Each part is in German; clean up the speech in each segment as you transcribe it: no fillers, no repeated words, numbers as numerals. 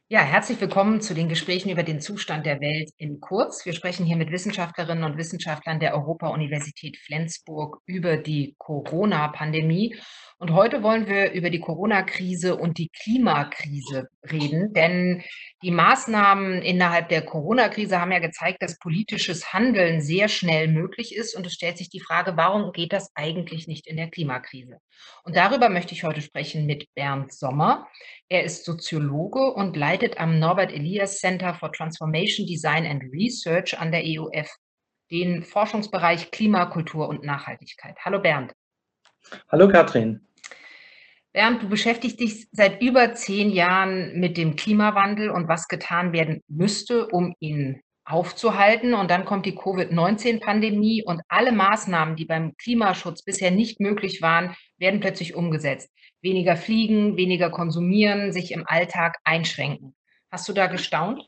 Ja, herzlich willkommen zu den Gesprächen über den Zustand der Welt in Kurz. Wir sprechen hier mit Wissenschaftlerinnen und Wissenschaftlern der Europa-Universität Flensburg über die Corona-Pandemie. Und heute wollen wir über die Corona-Krise und die Klimakrise reden, denn die Maßnahmen innerhalb der Corona-Krise haben ja gezeigt, dass politisches Handeln sehr schnell möglich ist. Und es stellt sich die Frage, warum geht das eigentlich nicht in der Klimakrise? Und darüber möchte ich heute sprechen mit Bernd Sommer. Er ist Soziologe und leitet am Norbert Elias Center for Transformation Design and Research an der EUF den Forschungsbereich Klima, Kultur und Nachhaltigkeit. Hallo Bernd. Hallo Katrin. Bernd, du beschäftigst dich seit über 10 Jahren mit dem Klimawandel und was getan werden müsste, um ihn aufzuhalten. Und dann kommt die Covid-19-Pandemie und alle Maßnahmen, die beim Klimaschutz bisher nicht möglich waren, werden plötzlich umgesetzt. Weniger fliegen, weniger konsumieren, sich im Alltag einschränken. Hast du da gestaunt?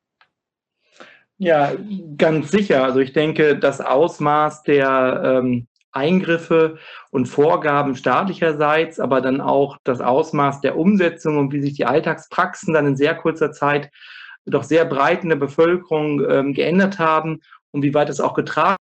Ja, ganz sicher. Also ich denke, das Ausmaß der Eingriffe und Vorgaben staatlicherseits, aber dann auch das Ausmaß der Umsetzung und wie sich die Alltagspraxen dann in sehr kurzer Zeit doch sehr breit in der Bevölkerung geändert haben und wie weit es auch getragen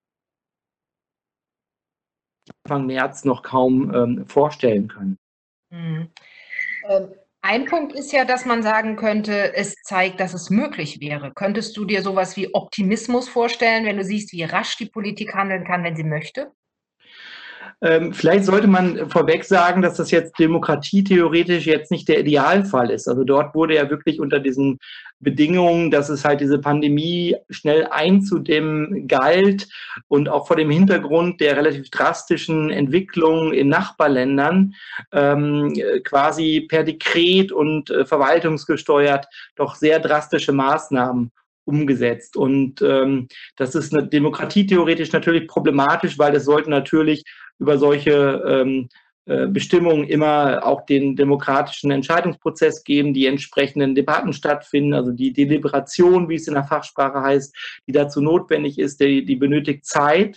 Anfang März noch kaum vorstellen können. Mhm. Ein Punkt ist ja, dass man sagen könnte, es zeigt, dass es möglich wäre. Könntest du dir sowas wie Optimismus vorstellen, wenn du siehst, wie rasch die Politik handeln kann, wenn sie möchte? Vielleicht sollte man vorweg sagen, dass das jetzt demokratietheoretisch jetzt nicht der Idealfall ist. Also dort wurde ja wirklich unter diesen Bedingungen, dass es halt diese Pandemie schnell einzudämmen galt und auch vor dem Hintergrund der relativ drastischen Entwicklung in Nachbarländern quasi per Dekret und verwaltungsgesteuert doch sehr drastische Maßnahmen umgesetzt. Und das ist demokratietheoretisch natürlich problematisch, weil es sollte natürlich über solche Bestimmungen immer auch den demokratischen Entscheidungsprozess geben, die entsprechenden Debatten stattfinden, also die Deliberation, wie es in der Fachsprache heißt, die dazu notwendig ist, die benötigt Zeit.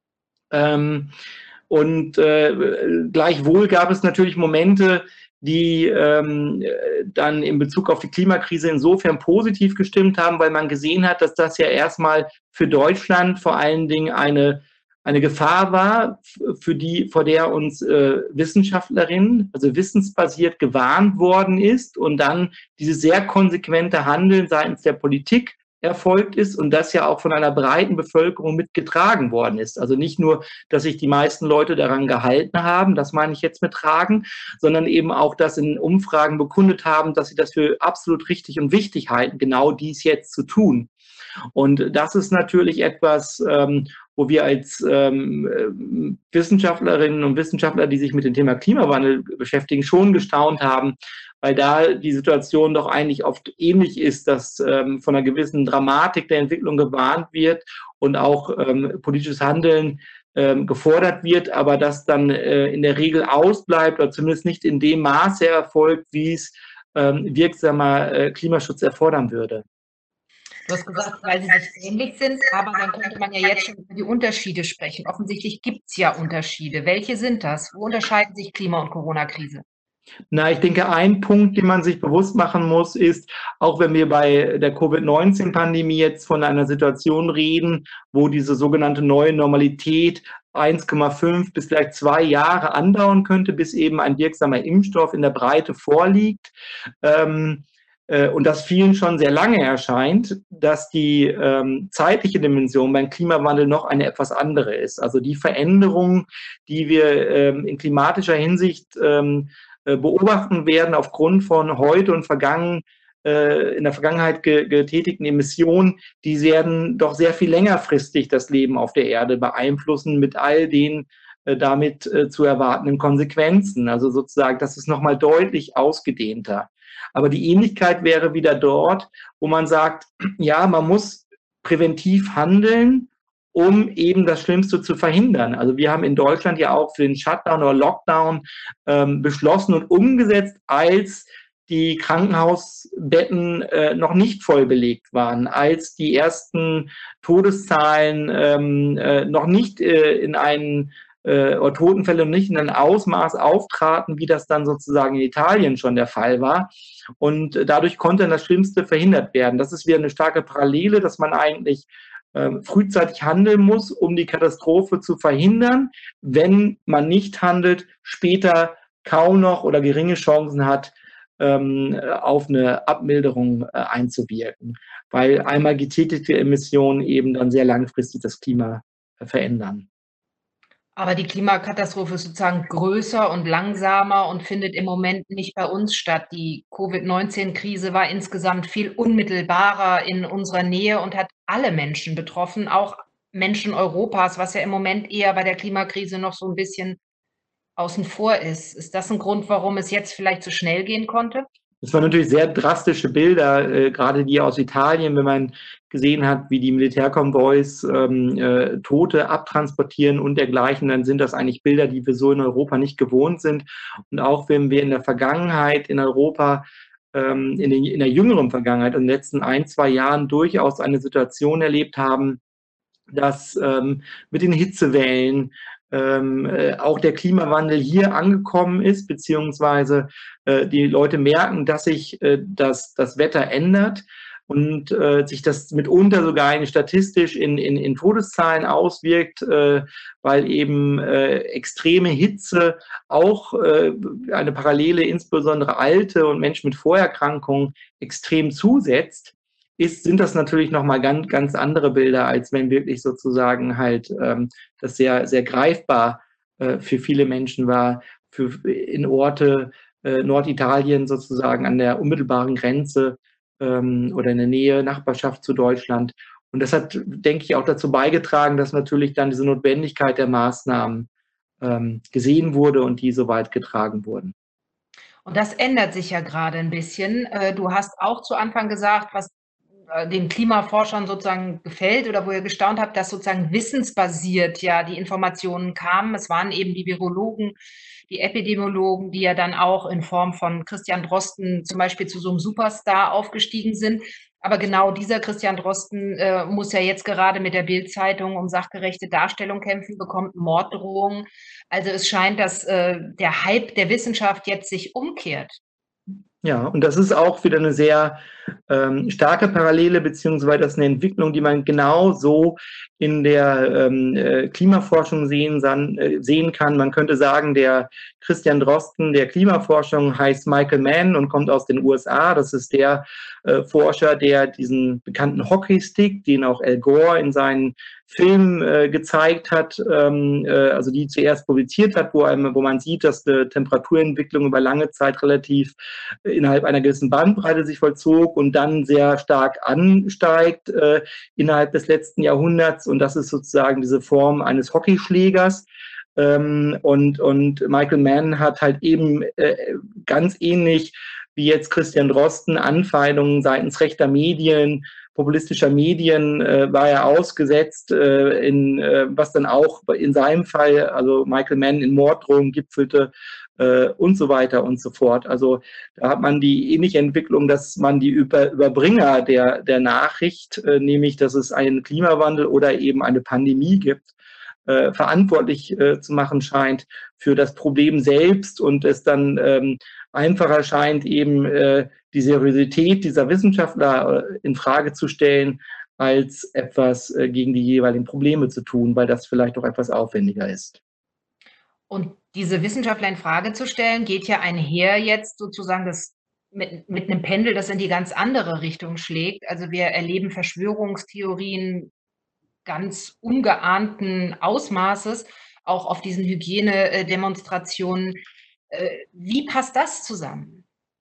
Gleichwohl gab es natürlich Momente, die dann in Bezug auf die Klimakrise insofern positiv gestimmt haben, weil man gesehen hat, dass das ja erstmal für Deutschland vor allen Dingen eine Gefahr war, vor der uns Wissenschaftlerinnen, also wissensbasiert gewarnt worden ist und dann dieses sehr konsequente Handeln seitens der Politik erfolgt ist und das ja auch von einer breiten Bevölkerung mitgetragen worden ist. Also nicht nur, dass sich die meisten Leute daran gehalten haben, das meine ich jetzt mit tragen, sondern eben auch, dass in Umfragen bekundet haben, dass sie das für absolut richtig und wichtig halten, genau dies jetzt zu tun. Und das ist natürlich etwas, wo wir als Wissenschaftlerinnen und Wissenschaftler, die sich mit dem Thema Klimawandel beschäftigen, schon gestaunt haben, weil da die Situation doch eigentlich oft ähnlich ist, dass von einer gewissen Dramatik der Entwicklung gewarnt wird und auch politisches Handeln gefordert wird, aber das dann in der Regel ausbleibt oder zumindest nicht in dem Maße erfolgt, wie es wirksamer Klimaschutz erfordern würde. Du hast gesagt, weil sie sich ähnlich sind, aber dann könnte man ja jetzt schon über die Unterschiede sprechen. Offensichtlich gibt es ja Unterschiede. Welche sind das? Wo unterscheiden sich Klima- und Corona-Krise? Na, ich denke, ein Punkt, den man sich bewusst machen muss, ist, auch wenn wir bei der Covid-19-Pandemie jetzt von einer Situation reden, wo diese sogenannte neue Normalität 1,5 bis vielleicht 2 Jahre andauern könnte, bis eben ein wirksamer Impfstoff in der Breite vorliegt, und das vielen schon sehr lange erscheint, dass die zeitliche Dimension beim Klimawandel noch eine etwas andere ist. Also die Veränderungen, die wir in klimatischer Hinsicht beobachten werden aufgrund von heute und in der Vergangenheit getätigten Emissionen, die werden doch sehr viel längerfristig das Leben auf der Erde beeinflussen mit all den damit zu erwartenden Konsequenzen. Also sozusagen, das ist nochmal deutlich ausgedehnter. Aber die Ähnlichkeit wäre wieder dort, wo man sagt, ja, man muss präventiv handeln, um eben das Schlimmste zu verhindern. Also wir haben in Deutschland ja auch für den Shutdown oder Lockdown beschlossen und umgesetzt, als die Krankenhausbetten noch nicht voll belegt waren, als die ersten Todeszahlen noch nicht in einen oder Totenfälle nicht in einem Ausmaß auftraten, wie das dann sozusagen in Italien schon der Fall war. Und dadurch konnte das Schlimmste verhindert werden. Das ist wieder eine starke Parallele, dass man eigentlich frühzeitig handeln muss, um die Katastrophe zu verhindern. Wenn man nicht handelt, später kaum noch oder geringe Chancen hat, auf eine Abmilderung einzuwirken, weil einmal getätigte Emissionen eben dann sehr langfristig das Klima verändern. Aber die Klimakatastrophe ist sozusagen größer und langsamer und findet im Moment nicht bei uns statt. Die Covid-19-Krise war insgesamt viel unmittelbarer in unserer Nähe und hat alle Menschen betroffen, auch Menschen Europas, was ja im Moment eher bei der Klimakrise noch so ein bisschen außen vor ist. Ist das ein Grund, warum es jetzt vielleicht so schnell gehen konnte? Das waren natürlich sehr drastische Bilder, gerade die aus Italien, wenn man gesehen hat, wie die Militärkonvois Tote abtransportieren und dergleichen, dann sind das eigentlich Bilder, die wir so in Europa nicht gewohnt sind. Und auch wenn wir in der Vergangenheit in Europa, in der jüngeren Vergangenheit, in den letzten 1, 2 Jahren durchaus eine Situation erlebt haben, dass mit den Hitzewellen auch der Klimawandel hier angekommen ist, beziehungsweise die Leute merken, dass sich das Wetter ändert und sich das mitunter sogar statistisch in Todeszahlen auswirkt, weil eben extreme Hitze auch eine Parallele, insbesondere Alte und Menschen mit Vorerkrankungen, extrem zusetzt. Sind das natürlich nochmal ganz, ganz andere Bilder, als wenn wirklich sozusagen halt das sehr, sehr greifbar für viele Menschen war, in Orte Norditalien sozusagen an der unmittelbaren Grenze oder in der Nähe, Nachbarschaft zu Deutschland. Und das hat, denke ich, auch dazu beigetragen, dass natürlich dann diese Notwendigkeit der Maßnahmen gesehen wurde und die so weit getragen wurden. Und das ändert sich ja gerade ein bisschen. Du hast auch zu Anfang gesagt, was den Klimaforschern sozusagen gefällt oder wo ihr gestaunt habt, dass sozusagen wissensbasiert ja die Informationen kamen. Es waren eben die Virologen, die Epidemiologen, die ja dann auch in Form von Christian Drosten zum Beispiel zu so einem Superstar aufgestiegen sind. Aber genau dieser Christian Drosten muss ja jetzt gerade mit der Bild-Zeitung um sachgerechte Darstellung kämpfen, bekommt Morddrohungen. Also es scheint, dass der Hype der Wissenschaft jetzt sich umkehrt. Ja, und das ist auch wieder eine sehr starke Parallele, beziehungsweise das ist eine Entwicklung, die man genau so in der Klimaforschung sehen kann. Man könnte sagen, der Christian Drosten der Klimaforschung heißt Michael Mann und kommt aus den USA. Das ist der Forscher, der diesen bekannten Hockeystick, den auch Al Gore in seinen Film gezeigt hat, also die zuerst publiziert hat, wo man sieht, dass die Temperaturentwicklung über lange Zeit relativ innerhalb einer gewissen Bandbreite sich vollzog und dann sehr stark ansteigt innerhalb des letzten Jahrhunderts. Und das ist sozusagen diese Form eines Hockeyschlägers. Und Michael Mann hat halt eben ganz ähnlich wie jetzt Christian Drosten Anfeindungen seitens rechter Medien, populistischer Medien war er ausgesetzt, was dann auch in seinem Fall, also Michael Mann, in Morddrohungen gipfelte und so weiter und so fort. Also da hat man die ähnliche Entwicklung, dass man die Überbringer der Nachricht, nämlich dass es einen Klimawandel oder eben eine Pandemie gibt, verantwortlich zu machen scheint für das Problem selbst und es dann einfacher scheint, eben die Seriosität dieser Wissenschaftler in Frage zu stellen, als etwas gegen die jeweiligen Probleme zu tun, weil das vielleicht auch etwas aufwendiger ist. Und diese Wissenschaftler in Frage zu stellen, geht ja einher jetzt sozusagen mit einem Pendel, das in die ganz andere Richtung schlägt. Also wir erleben Verschwörungstheorien ganz ungeahnten Ausmaßes, auch auf diesen Hygienedemonstrationen. Wie passt das zusammen?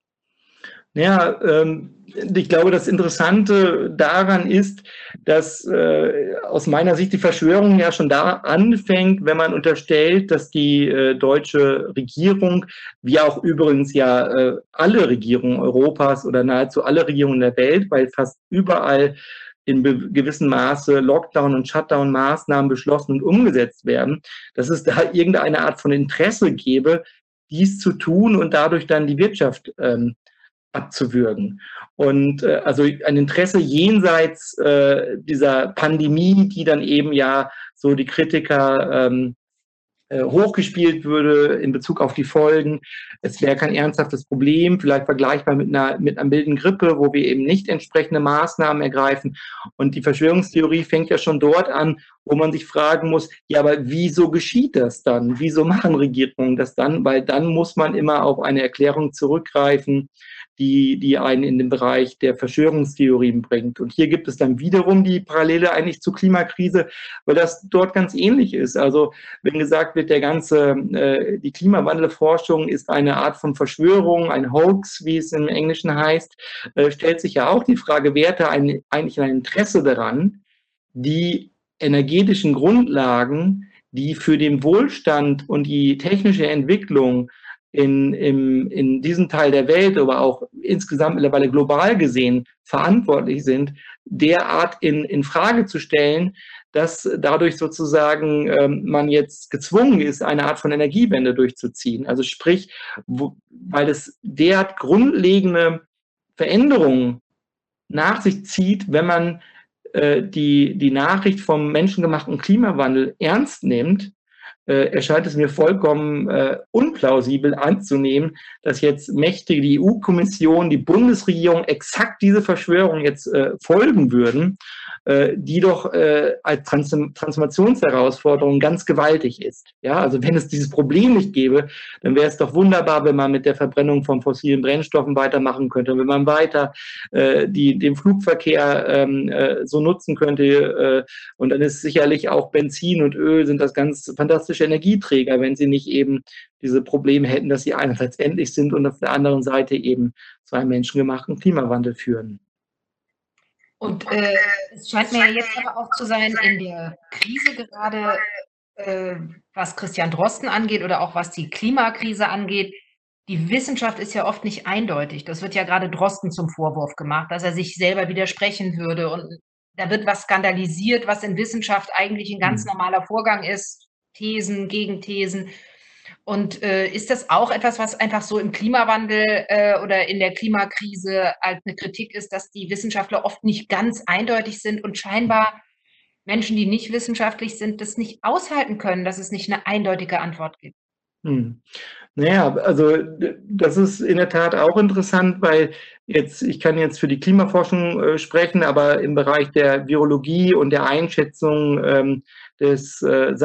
Ja, ich glaube, das Interessante daran ist, dass aus meiner Sicht die Verschwörung ja schon da anfängt, wenn man unterstellt, dass die deutsche Regierung, wie auch übrigens ja alle Regierungen Europas oder nahezu alle Regierungen der Welt, weil fast überall in gewissem Maße Lockdown- und Shutdown-Maßnahmen beschlossen und umgesetzt werden, dass es da irgendeine Art von Interesse gäbe, dies zu tun und dadurch dann die Wirtschaft abzuwürgen. Und also ein Interesse jenseits dieser Pandemie, die dann eben ja so die Kritiker hochgespielt würde in Bezug auf die Folgen. Es wäre kein ernsthaftes Problem, vielleicht vergleichbar mit einer milden Grippe, wo wir eben nicht entsprechende Maßnahmen ergreifen. Und die Verschwörungstheorie fängt ja schon dort an, wo man sich fragen muss, ja, aber wieso geschieht das dann? Wieso machen Regierungen das dann? Weil dann muss man immer auf eine Erklärung zurückgreifen, die einen in den Bereich der Verschwörungstheorien bringt. Und hier gibt es dann wiederum die Parallele eigentlich zur Klimakrise, weil das dort ganz ähnlich ist. Also wenn gesagt wird, die Klimawandelforschung ist eine Art von Verschwörung, ein Hoax, wie es im Englischen heißt, stellt sich ja auch die Frage, wer hat da eigentlich ein Interesse daran, die energetischen Grundlagen, die für den Wohlstand und die technische Entwicklung in diesem Teil der Welt, aber auch insgesamt mittlerweile global gesehen verantwortlich sind, derart in Frage zu stellen, dass dadurch sozusagen man jetzt gezwungen ist, eine Art von Energiewende durchzuziehen. Also sprich, weil es derart grundlegende Veränderungen nach sich zieht, wenn man die Nachricht vom menschengemachten Klimawandel ernst nimmt, erscheint es mir vollkommen unplausibel anzunehmen, dass jetzt mächtige die EU-Kommission, die Bundesregierung exakt diese Verschwörung jetzt folgen würden, die doch als Transformationsherausforderung ganz gewaltig ist. Ja, also wenn es dieses Problem nicht gäbe, dann wäre es doch wunderbar, wenn man mit der Verbrennung von fossilen Brennstoffen weitermachen könnte, wenn man weiter den Flugverkehr so nutzen könnte. Und dann ist sicherlich auch Benzin und Öl sind das ganz fantastische Energieträger, wenn sie nicht eben diese Probleme hätten, dass sie einerseits endlich sind und auf der anderen Seite eben zu einem menschengemachten Klimawandel führen. Und es scheint mir jetzt aber auch zu sein, in der Krise gerade, was Christian Drosten angeht oder auch was die Klimakrise angeht, die Wissenschaft ist ja oft nicht eindeutig. Das wird ja gerade Drosten zum Vorwurf gemacht, dass er sich selber widersprechen würde. Und da wird was skandalisiert, was in Wissenschaft eigentlich ein ganz normaler Vorgang ist. Thesen, Gegenthesen. Und ist das auch etwas, was einfach so im Klimawandel oder in der Klimakrise halt eine Kritik ist, dass die Wissenschaftler oft nicht ganz eindeutig sind und scheinbar Menschen, die nicht wissenschaftlich sind, das nicht aushalten können, dass es nicht eine eindeutige Antwort gibt? Naja, also das ist in der Tat auch interessant, weil ich kann jetzt für die Klimaforschung sprechen, aber im Bereich der Virologie und der Einschätzung des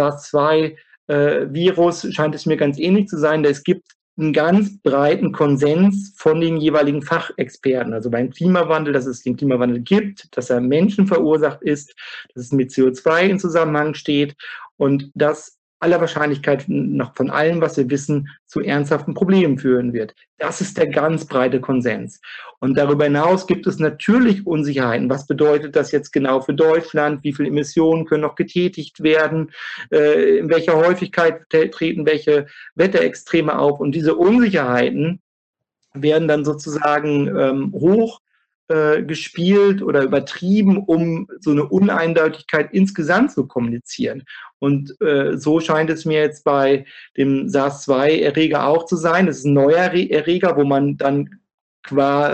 SARS-2-Virus scheint es mir ganz ähnlich zu sein. Es gibt einen ganz breiten Konsens von den jeweiligen Fachexperten. Also beim Klimawandel, dass es den Klimawandel gibt, dass er Menschen verursacht ist, dass es mit CO2 in Zusammenhang steht und dass aller Wahrscheinlichkeit noch von allem, was wir wissen, zu ernsthaften Problemen führen wird. Das ist der ganz breite Konsens. Und darüber hinaus gibt es natürlich Unsicherheiten. Was bedeutet das jetzt genau für Deutschland? Wie viele Emissionen können noch getätigt werden? In welcher Häufigkeit treten welche Wetterextreme auf? Und diese Unsicherheiten werden dann sozusagen hoch gespielt oder übertrieben, um so eine Uneindeutigkeit insgesamt zu kommunizieren. Und so scheint es mir jetzt bei dem SARS-2-Erreger auch zu sein. Das ist ein neuer Erreger, wo man dann qua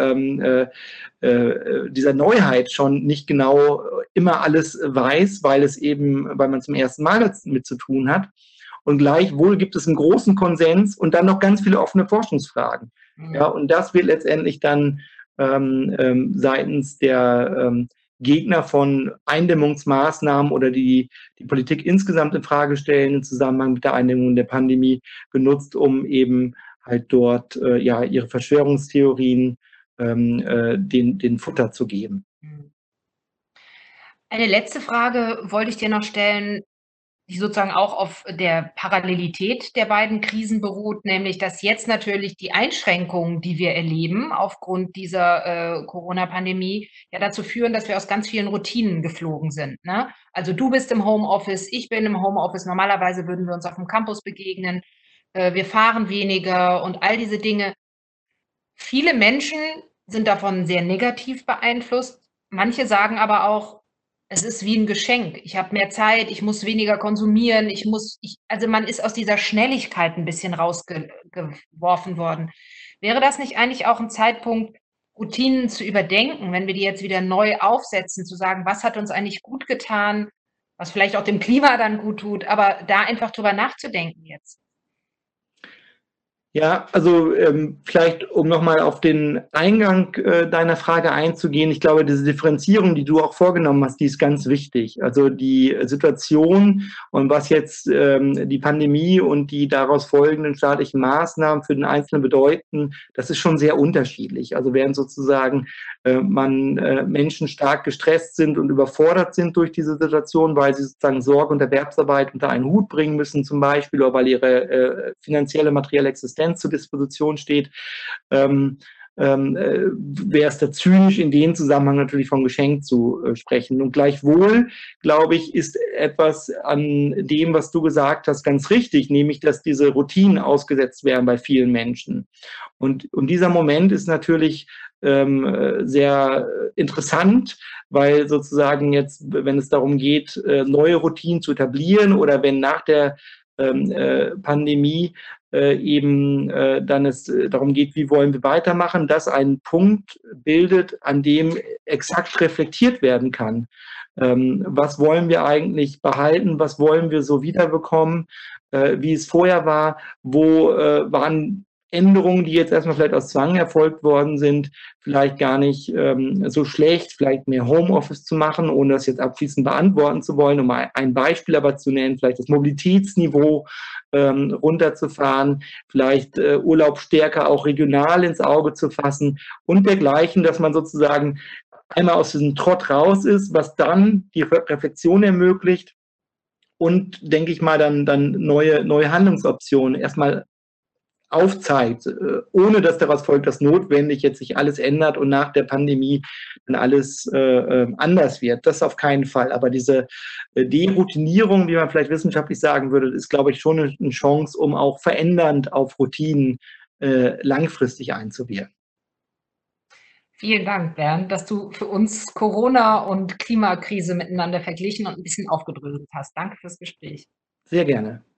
dieser Neuheit schon nicht genau immer alles weiß, weil man zum ersten Mal mit zu tun hat. Und gleichwohl gibt es einen großen Konsens und dann noch ganz viele offene Forschungsfragen. Ja, und das wird letztendlich dann seitens der Gegner von Eindämmungsmaßnahmen oder die Politik insgesamt in Frage stellen im Zusammenhang mit der Eindämmung der Pandemie genutzt, um eben halt dort ihre Verschwörungstheorien den Futter zu geben. Eine letzte Frage wollte ich dir noch stellen, die sozusagen auch auf der Parallelität der beiden Krisen beruht, nämlich dass jetzt natürlich die Einschränkungen, die wir erleben aufgrund dieser Corona-Pandemie, ja dazu führen, dass wir aus ganz vielen Routinen geflogen sind. Ne? Also du bist im Homeoffice, ich bin im Homeoffice. Normalerweise würden wir uns auf dem Campus begegnen. Wir fahren weniger und all diese Dinge. Viele Menschen sind davon sehr negativ beeinflusst. Manche sagen aber auch, es ist wie ein Geschenk. Ich habe mehr Zeit, ich muss weniger konsumieren, also man ist aus dieser Schnelligkeit ein bisschen rausgeworfen worden. Wäre das nicht eigentlich auch ein Zeitpunkt, Routinen zu überdenken, wenn wir die jetzt wieder neu aufsetzen, zu sagen: „Was hat uns eigentlich gut getan? was vielleicht auch dem Klima dann gut tut, aber da einfach drüber nachzudenken jetzt. Ja, also vielleicht, um nochmal auf den Eingang deiner Frage einzugehen, ich glaube, diese Differenzierung, die du auch vorgenommen hast, die ist ganz wichtig. Also die Situation und was jetzt die Pandemie und die daraus folgenden staatlichen Maßnahmen für den Einzelnen bedeuten, das ist schon sehr unterschiedlich. Also während sozusagen Menschen stark gestresst sind und überfordert sind durch diese Situation, weil sie sozusagen Sorge und Erwerbsarbeit unter einen Hut bringen müssen zum Beispiel, oder weil ihre finanzielle, materielle Existenz zur Disposition steht, wäre es da zynisch, in dem Zusammenhang natürlich von Geschenk zu sprechen. Und gleichwohl, glaube ich, ist etwas an dem, was du gesagt hast, ganz richtig, nämlich, dass diese Routinen ausgesetzt werden bei vielen Menschen. Und dieser Moment ist natürlich sehr interessant, weil sozusagen jetzt, wenn es darum geht, neue Routinen zu etablieren oder wenn nach der Pandemie dann es darum geht, wie wollen wir weitermachen, das einen Punkt bildet, an dem exakt reflektiert werden kann. Was wollen wir eigentlich behalten? Was wollen wir so wiederbekommen? Wie es vorher war? Wo waren Änderungen, die jetzt erstmal vielleicht aus Zwang erfolgt worden sind, vielleicht gar nicht so schlecht, vielleicht mehr Homeoffice zu machen, ohne das jetzt abschließend beantworten zu wollen, um ein Beispiel aber zu nennen, vielleicht das Mobilitätsniveau runterzufahren, vielleicht Urlaub stärker auch regional ins Auge zu fassen und dergleichen, dass man sozusagen einmal aus diesem Trott raus ist, was dann die Reflexion ermöglicht und, denke ich mal, dann neue Handlungsoptionen erstmal aufzeigt, ohne dass daraus folgt, dass notwendig jetzt sich alles ändert und nach der Pandemie dann alles anders wird. Das auf keinen Fall. Aber diese Deroutinierung, wie man vielleicht wissenschaftlich sagen würde, ist, glaube ich, schon eine Chance, um auch verändernd auf Routinen langfristig einzuwirken. Vielen Dank, Bernd, dass du für uns Corona und Klimakrise miteinander verglichen und ein bisschen aufgedröselt hast. Danke fürs Gespräch. Sehr gerne.